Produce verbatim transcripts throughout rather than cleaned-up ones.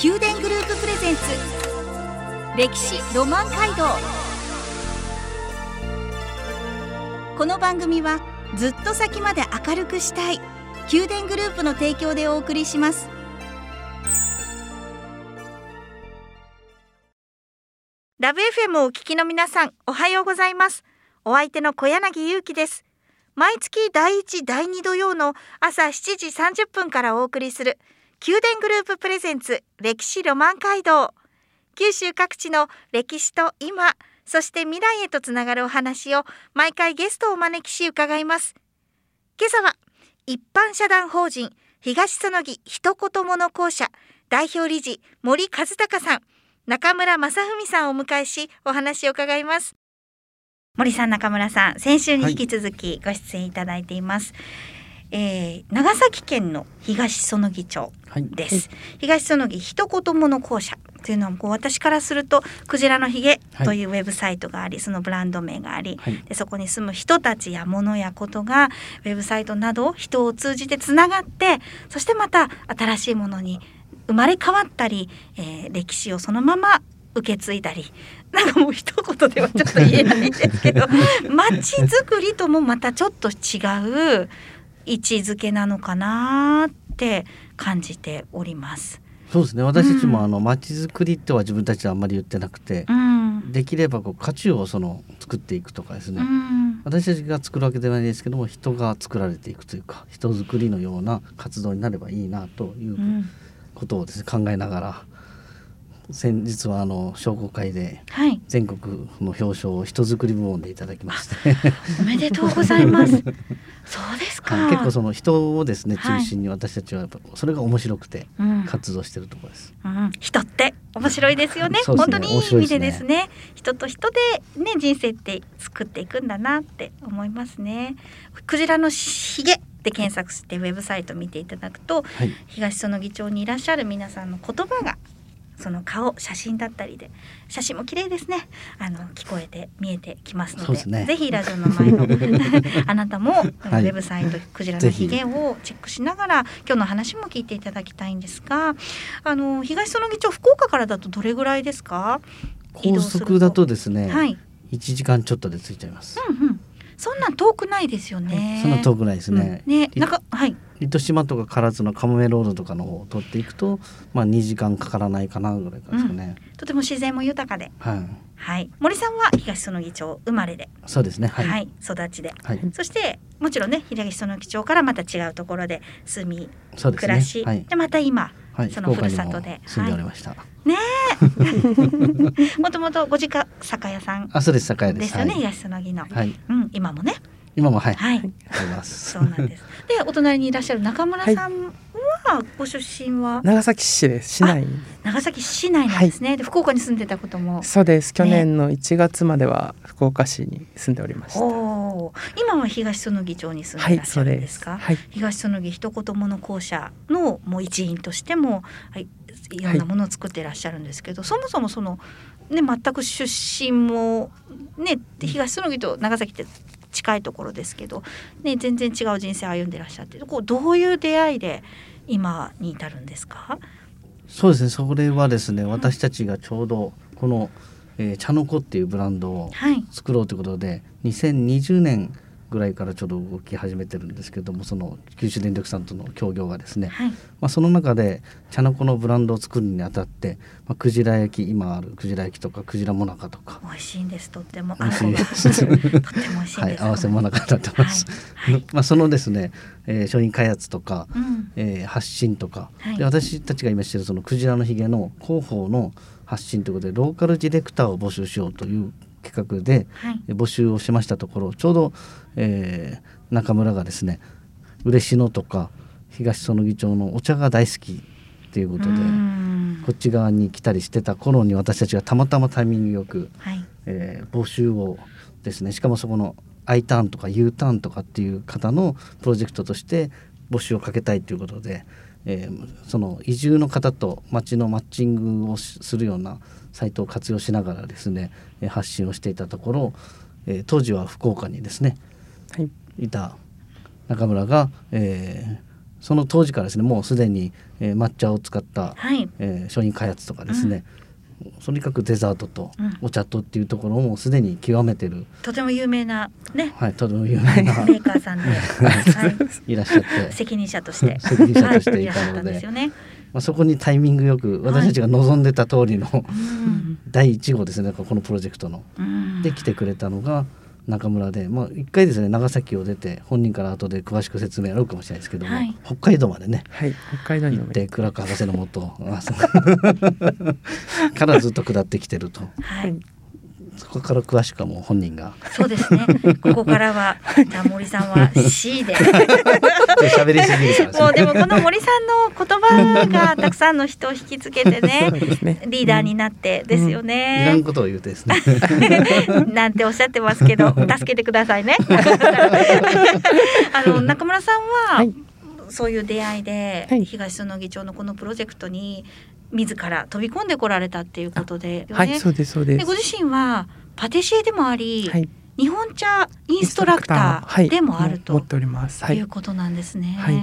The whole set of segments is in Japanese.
宮殿グループプレゼンツ歴史ロマン街道。この番組はずっと先まで明るくしたい宮殿グループの提供でお送りします。ラブ エフエム をお聞きの皆さん、おはようございます。お相手の小柳ゆうきです。毎月だいいち、だいに土曜の朝しちじさんじゅっぷんからお送りする宮殿グループプレゼンツ歴史ロマン街道。九州各地の歴史と今、そして未来へとつながるお話を毎回ゲストをお招きし伺います。今朝は一般社団法人東園木一言物公社代表理事森和孝さん、中村正文さんをお迎えしお話を伺います。森さん、中村さん、先週に引き続きご出演いただいています。はい、えー、長崎県の東園木町です。はい、東園木一言物公社というのはこう私からするとクジラのひげというウェブサイトがあり、はい、そのブランド名があり、はい、でそこに住む人たちや物やことがウェブサイトなど人を通じてつながって、そしてまた新しいものに生まれ変わったり、えー、歴史をそのまま受け継いだり、なんかもう一言ではちょっと言えないんですけど街づくりともまたちょっと違う位置づけなのかなって感じております。 そうですね、私たちもあの街づくりとは自分たちはあんまり言ってなくて、うん、できればこう価値をその作っていくとかですね、うん、私たちが作るわけではないですけども、人が作られていくというか、人づくりのような活動になればいいなということをですね、考えながら、先日はあの商工会で全国の表彰を人づくり部門でいただきまして、はい、 おめでとうございますそうですか。 結構その人をですね中心に私たちはやっぱそれが面白くて活動しているところです。 うんうん、人って面白いですよね。本当にいい意味でですね、人と人でね人生って作っていくんだなって思いますね。クジラのひげで検索してウェブサイト見ていただくと、はい、東園木町にいらっしゃる皆さんの言葉が、その顔、写真だったりで、写真も綺麗ですね。あの聞こえて見えてきますの で, で、ね、ぜひラジオの前のあなたも、はい、ウェブサイトクジラのひげをチェックしながら今日の話も聞いていただきたいんですが、あの東園木町、福岡からだとどれぐらいですか？ 高速だとですね、はい、いちじかんちょっとで着いちゃいます。 うんうん、そんな遠くないですよね。 はい、そんな遠くないですね。 うん、ね、なんか、はい、 糸島とか唐津のカモメロードとかの方を通っていくと、まあ、にじかんかからないかなぐらいですかね。 うん、とても自然も豊かで、はいはい、森さんは東園木町生まれで、 そうですね、はいはい、育ちで、はい、そしてもちろんね東園木町からまた違うところで住み、そうですね、暮らし、はい、でまた今、はい、そのふるさとで住んでおりました。はい、 ねえもともとご実家酒屋さんあ、そうです、酒屋ですですよね、 はい、 東園木の、はい、うん、今もね今もはい、 はい、 あります。 そうなんです。で、お隣にいらっしゃる中村さんは、はい、ご出身は長崎市です。市内。 長崎市内なんですね。はい、で、福岡に住んでたことも。 そうです。去年のいちがつまでは福岡市に住んでおりました。ね、 お今は東園木町に住んでいらっしゃるんですか？はい、はい、東園木一言物公社のもう一員としても、はい、いろんなものを作っていらっしゃるんですけど、はい、そもそもそのね、全く出身もね、東園木と長崎って近いところですけど、ね、全然違う人生を歩んでらっしゃって、こうどういう出会いで今に至るんですか？ そうですね、それはですね、私たちがちょうどこの、えー、茶の子っていうブランドを作ろうということで、はい、にせんにじゅうねんぐらいからちょうど動き始めてるんですけども、その九州電力さんとの協業がですね、はい、まあ、その中で茶の子のブランドを作るにあたって、まあ、クジラ焼き、今あるクジラ焼きとかクジラもなかとか美味しいんです。とっても美味しいですとっても美味しいんです、はい、合わせもなかになってます、はいはい、まあ、そのですね、えー、商品開発とか、うん、えー、発信とか、はい、で私たちが今しているそのクジラのひげの広報の発信ということでローカルディレクターを募集しようという企画で募集をしましたところ、はい、ちょうど、えー、中村がですね、嬉野とか東園木町のお茶が大好きということでこっち側に来たりしてた頃に、私たちがたまたまタイミングよく、はい、えー、募集をですね、しかもそこの I ターンとか U ターンとかっていう方のプロジェクトとして募集をかけたいということで、えー、その移住の方と町のマッチングをするようなサイトを活用しながらですね、発信をしていたところ、えー、当時は福岡にですね、はい、いた中村が、えー、 その当時からですねもうすでに、えー、抹茶を使った、 はいえー、商品開発とかですね、うん、とにかくデザートとお茶とっていうところをもうすでに極めてる、 とても有名なね、 はい、とても有名なメーカーさんで、はい、 いらっしゃって責任者として責任者としていたので、 はい、いらっしゃったんですよね。 まあ、そこにタイミングよく私たちが望んでた通りの、はい、だいいち号ですねこのプロジェクトの、うん、で来てくれたのが中村で、まあ、一回ですね長崎を出て本人から後で詳しく説明あるかもしれないですけども、はい、北海道までね、 はい、北海道に行って倉川博士のもとからずっと下ってきてると、 はい、 そこから詳しくはもう本人がそうですねここからはじゃあ森さんは シー で喋りすぎるから、ね、 もうでもこの森さんの言葉がたくさんの人を引きつけて ね, ねリーダーになってですよね、 うん、いらんことを言うてですねなんておっしゃってますけど助けてくださいねあの中村さんは、はい、そういう出会いで、はい、東園木町のこのプロジェクトに自ら飛び込んでこられたっていうことで、ね、 はいそうですそうです。 でご自身はパティシエでもあり、はい、日本茶インストラクターでもあると、 はい、持っております、はい、 いうことなんですね、はい、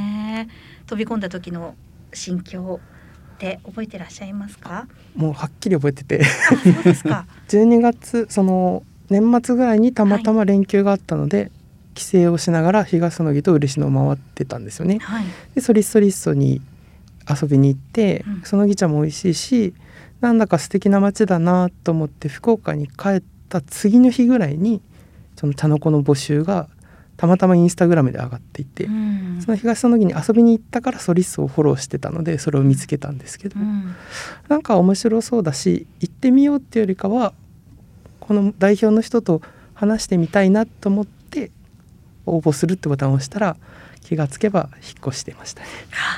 飛び込んだ時の心境って覚えてらっしゃいますか？ もうはっきり覚えててあそうですかじゅうにがつその年末ぐらいにたまたま連休があったので、はい、帰省をしながら東園木と嬉野を回ってたんですよね、はい、でソリッソリッソに遊びに行って、うん、そのぎ茶も美味しいしなんだか素敵な街だなと思って福岡に帰った次の日ぐらいにその茶の子の募集がたまたまインスタグラムで上がっていて、うん、その東園木に遊びに行ったからソリッソをフォローしてたのでそれを見つけたんですけど、うん、なんか面白そうだし行ってみようっていうよりかはこの代表の人と話してみたいなと思って応募するってボタンを押したら気がつけば引っ越してましたね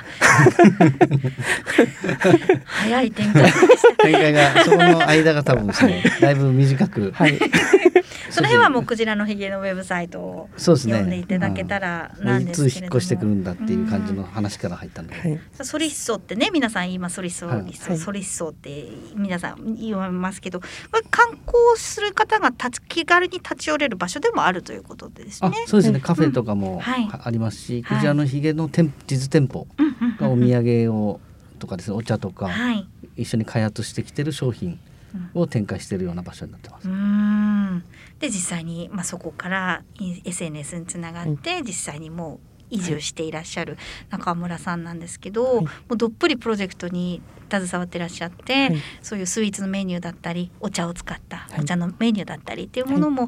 早い展開でした展開がそこの間が多分ですねだいぶ短く、はい、 その辺はもうクジラのひげのウェブサイトを読んでいただけたらなんですけれども、 いつ引っ越してくるんだっていう感じの話から入ったので、はい、 ソリッソってね皆さん今ソリッソ、はい、ソリッソって皆さん言われますけど観光する方が立ち気軽に立ち寄れる場所でもあるということですね。 あそうですね、カフェとかもありますし、うんはい、クジラのひげの店実店舗がお土産をとかですねお茶とか、はい、一緒に開発してきてる商品を展開しているような場所になってます。 うーんで実際に、まあ、そこから エスエヌエス につながって、うん、実際にもう移住していらっしゃる中村さんなんですけど、はい、もうどっぷりプロジェクトに携わってらっしゃって、はい、そういうスイーツのメニューだったりお茶を使ったお茶のメニューだったりっていうものも、はい、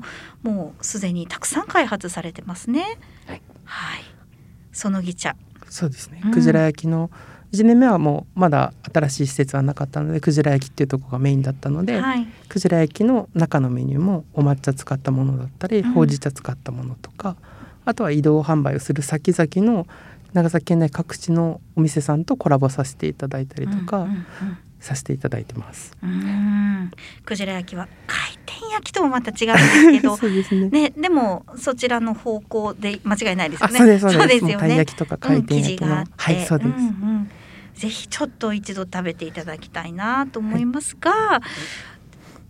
もうすでにたくさん開発されてますね。はい、はい、そのぎ茶そうですね、うん、クジラ焼きのいちねんめはもうまだ新しい施設はなかったのでクジラ焼きっていうところがメインだったので、はい、クジラ焼きの中のメニューもお抹茶使ったものだったり、うん、ほうじ茶使ったものとかあとは移動販売をする先々の長崎県内各地のお店さんとコラボさせていただいたりとか、うんうんうん、させていただいてます。 うーんクジラ焼きは回転焼きともまた違うんですけどそうですね、 ね、でもそちらの方向で間違いないですよね。 あそうですそうです、 そうですよね、 たい焼きとか回転焼きの、うん、はいそうです、うんうん、 ぜひちょっと一度食べていただきたいなと思いますが、はい、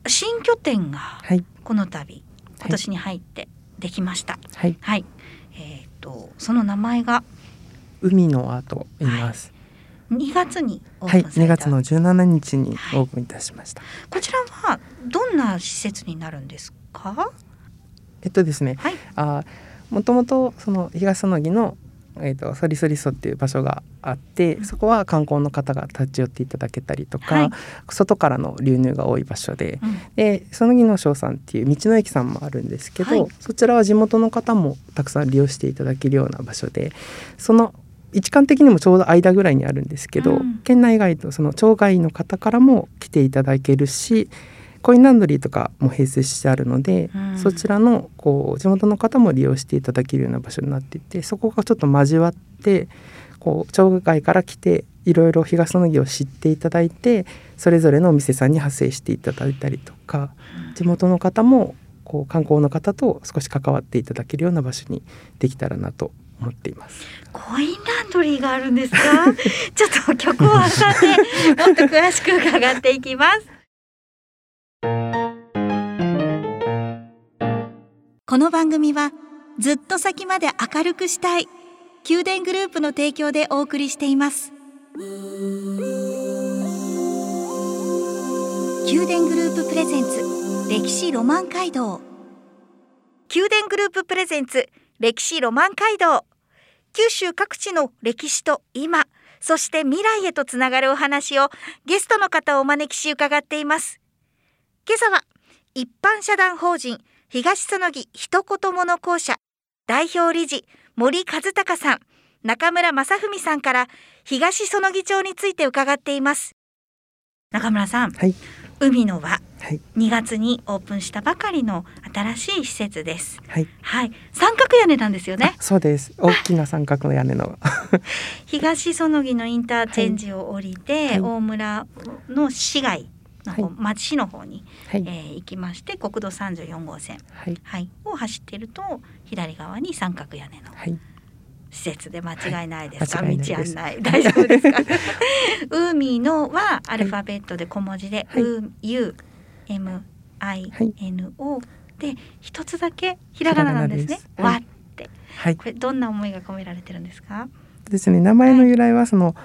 新拠点がこの度、はい、今年に入ってできました。はい、はい、えーと、その名前が海の輪と言います。 はい、にがつにオープンされた、 はい、にがつのじゅうしちにちにオープンいたしました。はい、 こちらはどんな施設になるんですか？ えっとですね、はい、あもともとその東園木のえー、とソリソリソっていう場所があってそこは観光の方が立ち寄っていただけたりとか、はい、外からの流入が多い場所で、うん、でそのぎの商さんっていう道の駅さんもあるんですけど、はい、そちらは地元の方もたくさん利用していただけるような場所でその位置関的にもちょうど間ぐらいにあるんですけど、うん、県内外とその町外の方からも来ていただけるしコインランドリーとかも併設してあるので、うん、そちらのこう地元の方も利用していただけるような場所になっていてそこがちょっと交わってこう町外から来ていろいろ東園木を知っていただいてそれぞれのお店さんに派生していただいたりとか、うん、地元の方もこう観光の方と少し関わっていただけるような場所にできたらなと思っています。 コインランドリーがあるんですか？ちょっと曲を挟んでもっと詳しく伺っていきます。この番組はずっと先まで明るくしたい宮殿グループの提供でお送りしています。宮殿グループプレゼンツ歴史ロマン街道。宮殿グループプレゼンツ歴史ロマン街道。九州各地の歴史と今、そして未来へとつながるお話をゲストの方をお招きし伺っています。今朝は一般社団法人東園木一言物公社代表理事森和孝さん、中村正文さんから東園木町について伺っています。中村さん、 はい、 海の輪、はい、にがつにオープンしたばかりの新しい施設です。 はい、はい、 三角屋根なんですよね。 そうです。大きな三角の屋根の東園木のインターチェンジを降りて、はい、大村の市街の方、はい、町の方に、はい、えー、行きまして、国道さんじゅうよん号線、はいはい、を走っていると左側に三角屋根の、はい、施設で間違いないですか？はい、道案内大丈夫ですか？海のはアルファベットで小文字で、はい、う U M I N O で一つだけひらがななんですね。わ、はい、って、はい、これどんな思いが込められてるんですか？ ですね、名前の由来はその、はい、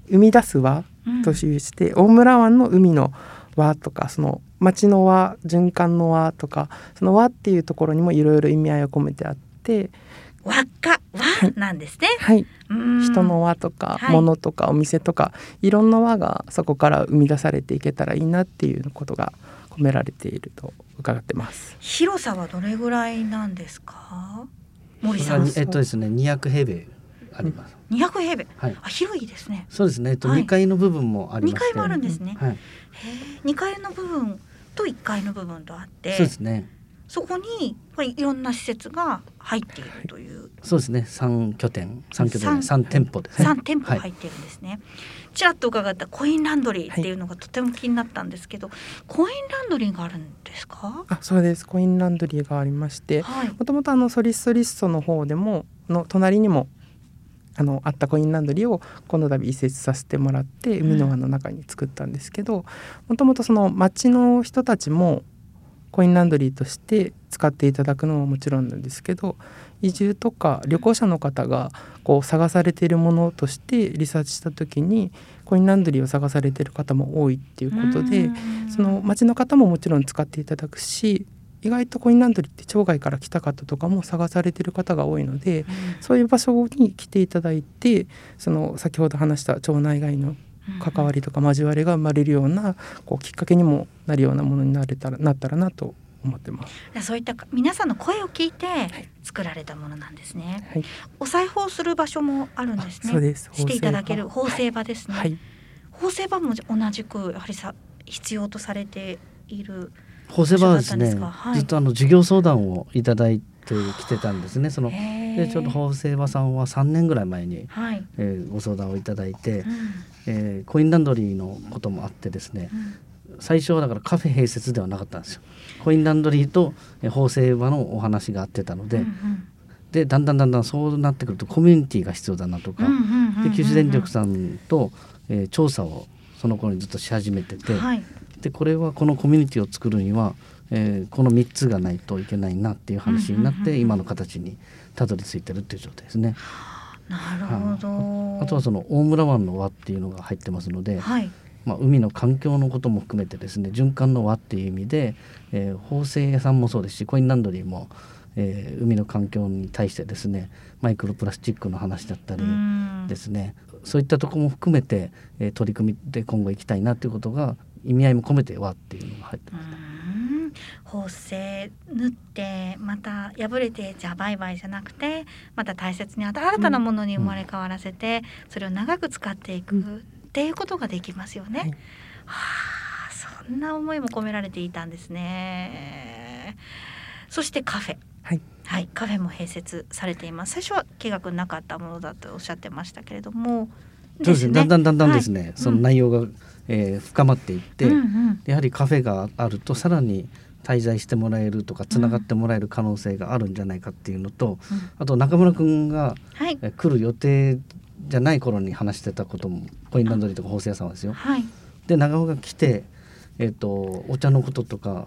生み出す輪として、うん、大村湾の海の輪とか、その町の輪、循環の輪とか、その輪っていうところにもいろいろ意味合いを込めてあって、 輪っか輪なんですね。 はい、人の輪とか、はい、物とかお店とか、いろんな輪がそこから生み出されていけたらいいなっていうことが込められていると伺ってます。 広さはどれぐらいなんですか？森さん。 えっとですね、にひゃくへいべいあります。 にひゃくへいべい、はい、あ、広いですね。 そうですね、えっと、はい、にかいの部分もありまして、 にかいもあるんですね。 はい、へにかいの部分といっかいの部分とあって、 そうですね、 そこにいろんな施設が入っているという、はい、 そうですね、さんきょてんさんきょてんさん店舗ですね。 さん店舗入ってるんですね。はい、ちらっと伺ったコインランドリーっていうのがとても気になったんですけど、はい、コインランドリーがあるんですか？ あ、そうです。コインランドリーがありまして、もともとあのソリストリストの方でもの隣にもあのあったコインランドリーをこの度移設させてもらって海の輪の中に作ったんですけど、もともとその町の人たちもコインランドリーとして使っていただくのももちろんなんですけど、移住とか旅行者の方がこう探されているものとしてリサーチした時にコインランドリーを探されている方も多いっていうことで、その町の方ももちろん使っていただくし、意外とコインランドリーって町外から来た方とかも探されている方が多いので、うん、そういう場所に来ていただいて、その先ほど話した町内外の関わりとか交わりが生まれるようなこうきっかけにもなるようなものになれたらなったらなと思ってます。 そういった皆さんの声を聞いて作られたものなんですね。はい、お裁縫する場所もあるんですね。 そうです。 していただける縫製場ですね。 はい、 縫製場も同じくやはりさ必要とされている。 縫製場はですね、はい、ずっとあの授業相談をいただいてきてたんですね。そのでちょうど縫製場さんはさんねんぐらい前に、はい、えー、ご相談をいただいて、うん、えー、コインランドリーのこともあってですね、うん、最初はだからカフェ併設ではなかったんですよ。コインランドリーと縫製場のお話があってたので、うんうん、でだんだんだんだんそうなってくるとコミュニティが必要だなとか、で九州電力さんと、えー、調査をその頃にずっとし始めてて、はい、でこれはこのコミュニティを作るには、えー、このみっつがないといけないなっていう話になって、うんうんうん、今の形にたどり着いてるっていう状態ですね。 なるほど。 あ, あとはその大村湾の輪っていうのが入ってますので、はい、まあ、海の環境のことも含めてですね、循環の輪っていう意味で、えー、縫製屋さんもそうですしコインランドリーも、えー、海の環境に対してですね、マイクロプラスチックの話だったりですね、そういったところも含めて、えー、取り組みで今後行きたいなということが意味合いも込めて輪っていうのが入ってます。 縫製縫ってまた破れてじゃあバイバイじゃなくて、また大切に新たなものに生まれ変わらせて、うん、それを長く使っていくっていうことができますよね。はい、はあ、そんな思いも込められていたんですね。そしてカフェ、はいはい、カフェも併設されています。最初は計画なかったものだとおっしゃってましたけれども、 そうですね、だんだんだんだんですね、はい、その内容が、うん、えー、深まっていって、うんうん、やはりカフェがあるとさらに滞在してもらえるとかつながってもらえる可能性があるんじゃないかっていうのと、うん、あと中村くんが、はい、え来る予定じゃない頃に話してたこともコインランドリーとか縫製屋さんはですよ、はい、で長尾が来て、えーと、お茶のこととか、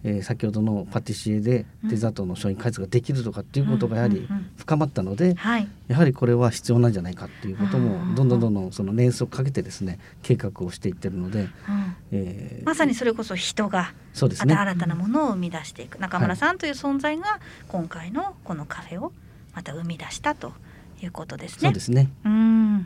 えー、先ほどのパティシエでデザートの商品開発ができるとかっていうことがやはり深まったので、やはりこれは必要なんじゃないかっていうこともどんどんどんどんその年数をかけてですね計画をしていってるので、うんえー、まさにそれこそ人がそうです、ね、新たなものを生み出していく中村さんという存在が今回のこのカフェをまた生み出したということですね。 そうですね。 うん、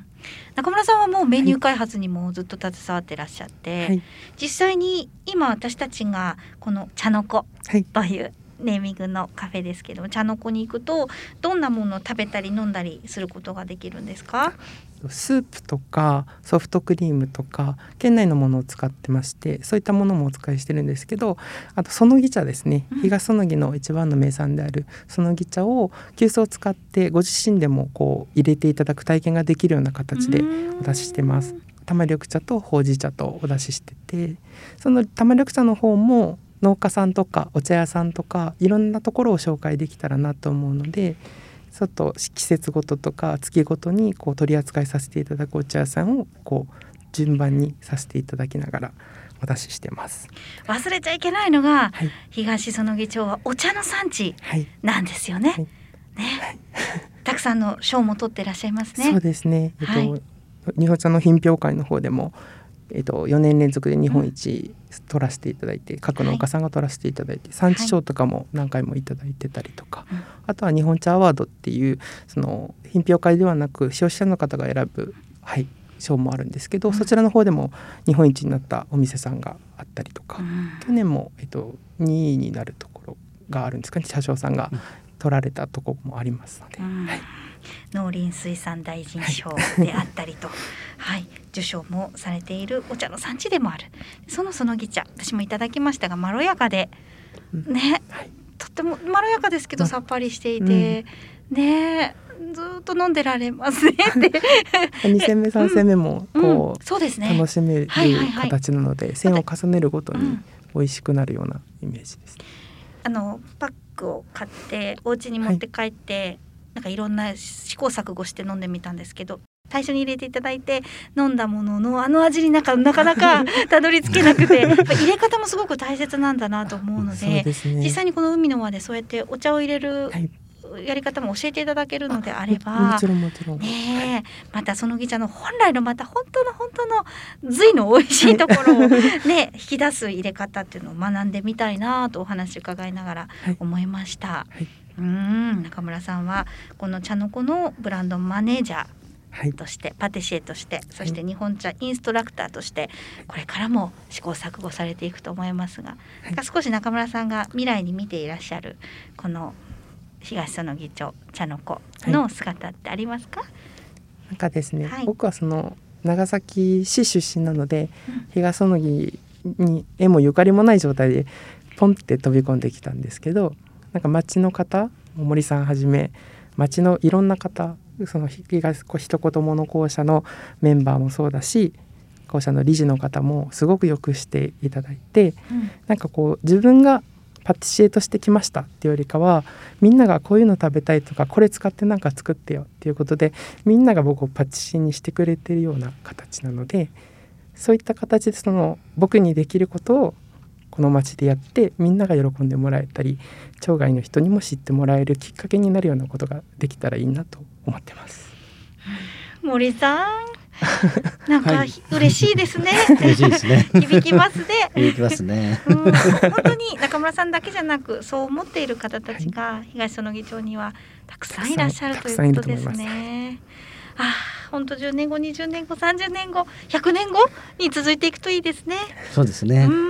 中村さんはもうメニュー開発にもずっと携わってらっしゃって、はい、実際に今私たちがこの茶の子というネーミングのカフェですけども、茶の子に行くとどんなものを食べたり飲んだりすることができるんですか？ スープとかソフトクリームとか県内のものを使ってまして、そういったものもお使いしてるんですけど、あとそのぎ茶ですね、うん、東そのぎの一番の名産であるそのぎ茶を急須を使ってご自身でもこう入れていただく体験ができるような形でお出ししてます。玉緑茶とほうじ茶とお出ししてて、その玉緑茶の方も農家さんとかお茶屋さんとかいろんなところを紹介できたらなと思うので、ちょっと季節ごととか月ごとにこう取り扱いさせていただくお茶屋さんをこう順番にさせていただきながらお出ししてます。 忘れちゃいけないのが、はい、東そのぎ町はお茶の産地なんですよね。はいねはい、たくさんの賞も取っていらっしゃいますね。 そうですね、えっとはい、日本茶の品評会の方でもえっと、よねん連続で日本一取らせていただいて、うん、各農家さんが取らせていただいて、はい、産地賞とかも何回もいただいてたりとか、はい、あとは日本茶アワードっていうその品評会ではなく消費者の方が選ぶ、はい、賞もあるんですけど、うん、そちらの方でも日本一になったお店さんがあったりとか、うん、去年も、えっと、にいになるところがあるんですかね、車掌さんが取られたところもありますので、うんはい、 農林水産大臣賞であったりと、はいはい、受賞もされているお茶の産地でもある。そのそのぎ茶、私もいただきましたがまろやかで、うんねはい、とってもまろやかですけどさっぱりしていて、うん、ねずっと飲んでられますねってに戦目さん戦目もこう、うんうんそうですね、楽しめる形なので、線を重ねるごとに美味しくなるようなイメージです、ねうん、あのパックを買ってお家に持って帰って、はい、なんかいろんな試行錯誤して飲んでみたんですけど、最初に入れていただいて飲んだもののあの味になかなかなかたどり着けなくてやっぱ入れ方もすごく大切なんだなと思うの で, そうです、ね、実際にこの海の輪でそうやってお茶を入れる、はいやり方も教えていただけるのであれば、 もちろんもちろん、 ね、またそのぎ茶の本来のまた本当の本当の髄の美味しいところを、ね、引き出す入れ方っていうのを学んでみたいなとお話伺いながら思いました、はいはい、うーん中村さんはこの茶の子のブランドマネージャーとして、はい、パティシエとして、そして日本茶インストラクターとしてこれからも試行錯誤されていくと思いますが、はい、少し中村さんが未来に見ていらっしゃるこの東そのぎ町茶の子の姿ってありますか？はい、 なんかですね、はい、僕はその長崎市出身なので、うん、東そのぎに縁もゆかりもない状態でポンって飛び込んできたんですけど、なんか町の方、森さんはじめ町のいろんな方、その東一言物校舎のメンバーもそうだし、校舎の理事の方もすごくよくしていただいて、うん、なんかこう自分がパティシエとして来ましたっていうよりかは、みんながこういうの食べたいとか、これ使ってなんか作ってよっていうことでみんなが僕をパティシエにしてくれてるような形なので、そういった形でその僕にできることをこの町でやってみんなが喜んでもらえたり、町外の人にも知ってもらえるきっかけになるようなことができたらいいなと思ってます。 森さんなんか、はい、嬉しいですね。 嬉しいですね。 響きますね。 響きますね。 うん、本当に中村さんだけじゃなく、そう思っている方たちが東そのぎ町にはたくさんいらっしゃるということですね。ああ、本当じゅうねんご、にじゅうねんご、さんじゅうねんご、ひゃくねんごに続いていくといいですね。 そうですね。 うん、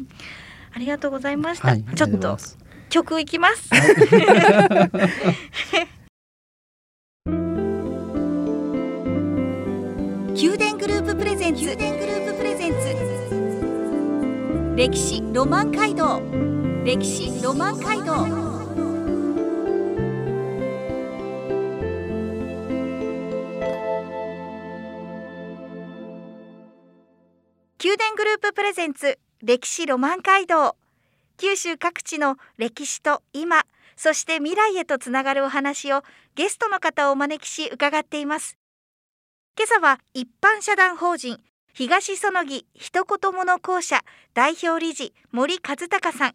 ありがとうございました。はい、ちょっと曲いきます。宮殿グループプレゼンツ、宮殿グループプレゼンツ歴史ロマン街道、歴史ロマン街道。宮殿グループプレゼンツ歴史ロマン街道。九州各地の歴史と今、そして未来へとつながるお話をゲストの方をお招きし伺っています。今朝は一般社団法人東そのぎ一言物公社代表理事森和孝さん、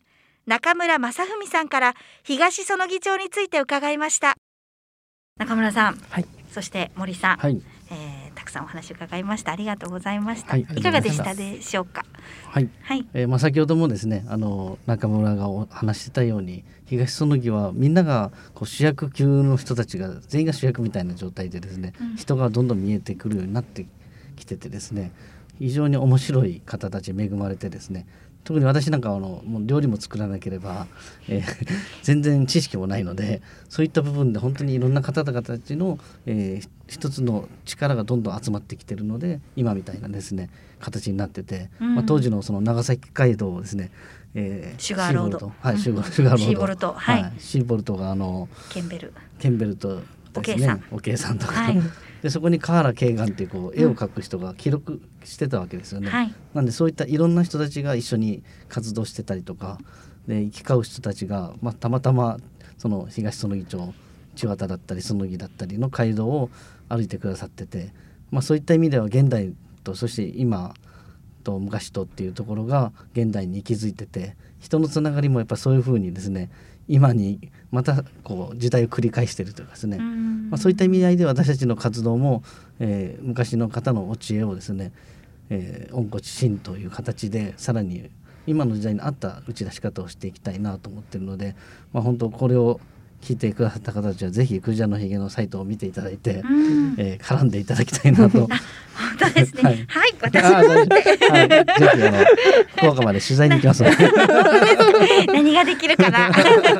中村正文さんから東園木町について伺いました。中村さん、はい、そして森さん、はい、えー、たくさんお話伺いました。ありがとうございました。はい、いかがでしたでしょうか。 はい、はい、えーまあ、先ほどもですね、あの中村がお話してたように、東園木はみんながこう主役級の人たちが全員が主役みたいな状態でですね、うん、人がどんどん見えてくるようになってきててですね、非常に面白い方たちに恵まれてですね、特に私なんかはあのもう料理も作らなければ、えー、全然知識もないので、そういった部分で本当にいろんな方々たちの、えー、一つの力がどんどん集まってきているので、今みたいなですね形になってて、うん、まあ、当時のその長崎街道をですね、えー、 シュガーロード、 はい、シュガーロード、 シーボルト、はい、はい、 シーボルトがあのケンベルケンベルトおけいさん、 おけいさんとか、はい、でそこに河原慶眼っていう、こう絵を描く人が記録してたわけですよね、うん、はい、なんでそういったいろんな人たちが一緒に活動してたりとかで、行き交う人たちが、まあ、たまたまその東園木町、千綿だったり園木だったりの街道を歩いてくださってて、まあ、そういった意味では現代と、そして今と昔とっていうところが現代に息づいてて、人のつながりもやっぱそういうふうにですね、今にまたこう時代を繰り返しているというかですね、まあ、そういった意味合いで私たちの活動も、えー、昔の方のお知恵をですね、えー、温故知新という形でさらに今の時代に合った打ち出し方をしていきたいなと思っているので、まあ、本当これを聞いてくださった方たちはぜひクジラのひげのサイトを見ていただいて、うん、えー、絡んでいただきたいなと。 本当ですね。はい、はい、私も、はい、ぜひあの福岡まで取材に行きますので。何ができるかな。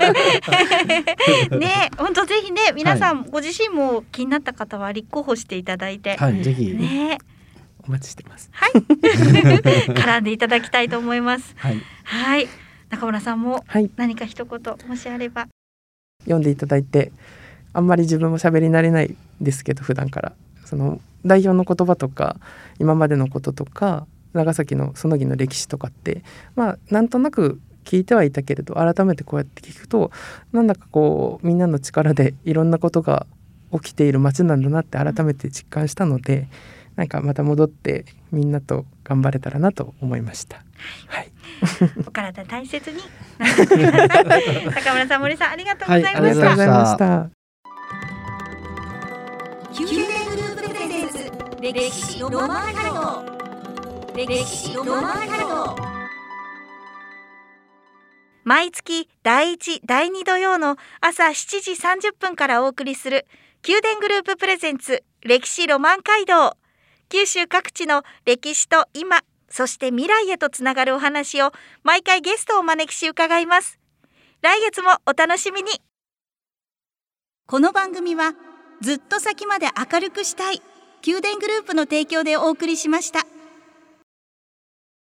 ね、本当ぜひね、皆さんご自身も気になった方は立候補していただいて、 はい、ぜひね。 お待ちしてます。 はい。絡んでいただきたいと思います。はい。はい、中村さんも何か一言もしあれば。 読んでいただいて、あんまり自分も喋り慣れないですけど、普段からその代表の言葉とか今までのこととか長崎の園木の歴史とかって、まあなんとなく聞いてはいたけれど、改めてこうやって聞くと、なんだかこうみんなの力でいろんなことが起きている街なんだなって改めて実感したので、なんかまた戻ってみんなと頑張れたらなと思いました。はい。 お体大切になってください。中村さん、森さん、ありがとうございました。はい、ありがとうございました。 宮殿グループプレゼンツ、歴史ロマン街道、歴史ロマン街道。 毎月だいいち、だいに土曜の朝しちじさんじゅっぷんからお送りする宮殿グループプレゼンツ歴史ロマン街道。九州各地の歴史と今、そして未来へとつながるお話を毎回ゲストをお招きし伺います。来月もお楽しみに。この番組はずっと先まで明るくしたい宮殿グループの提供でお送りしました。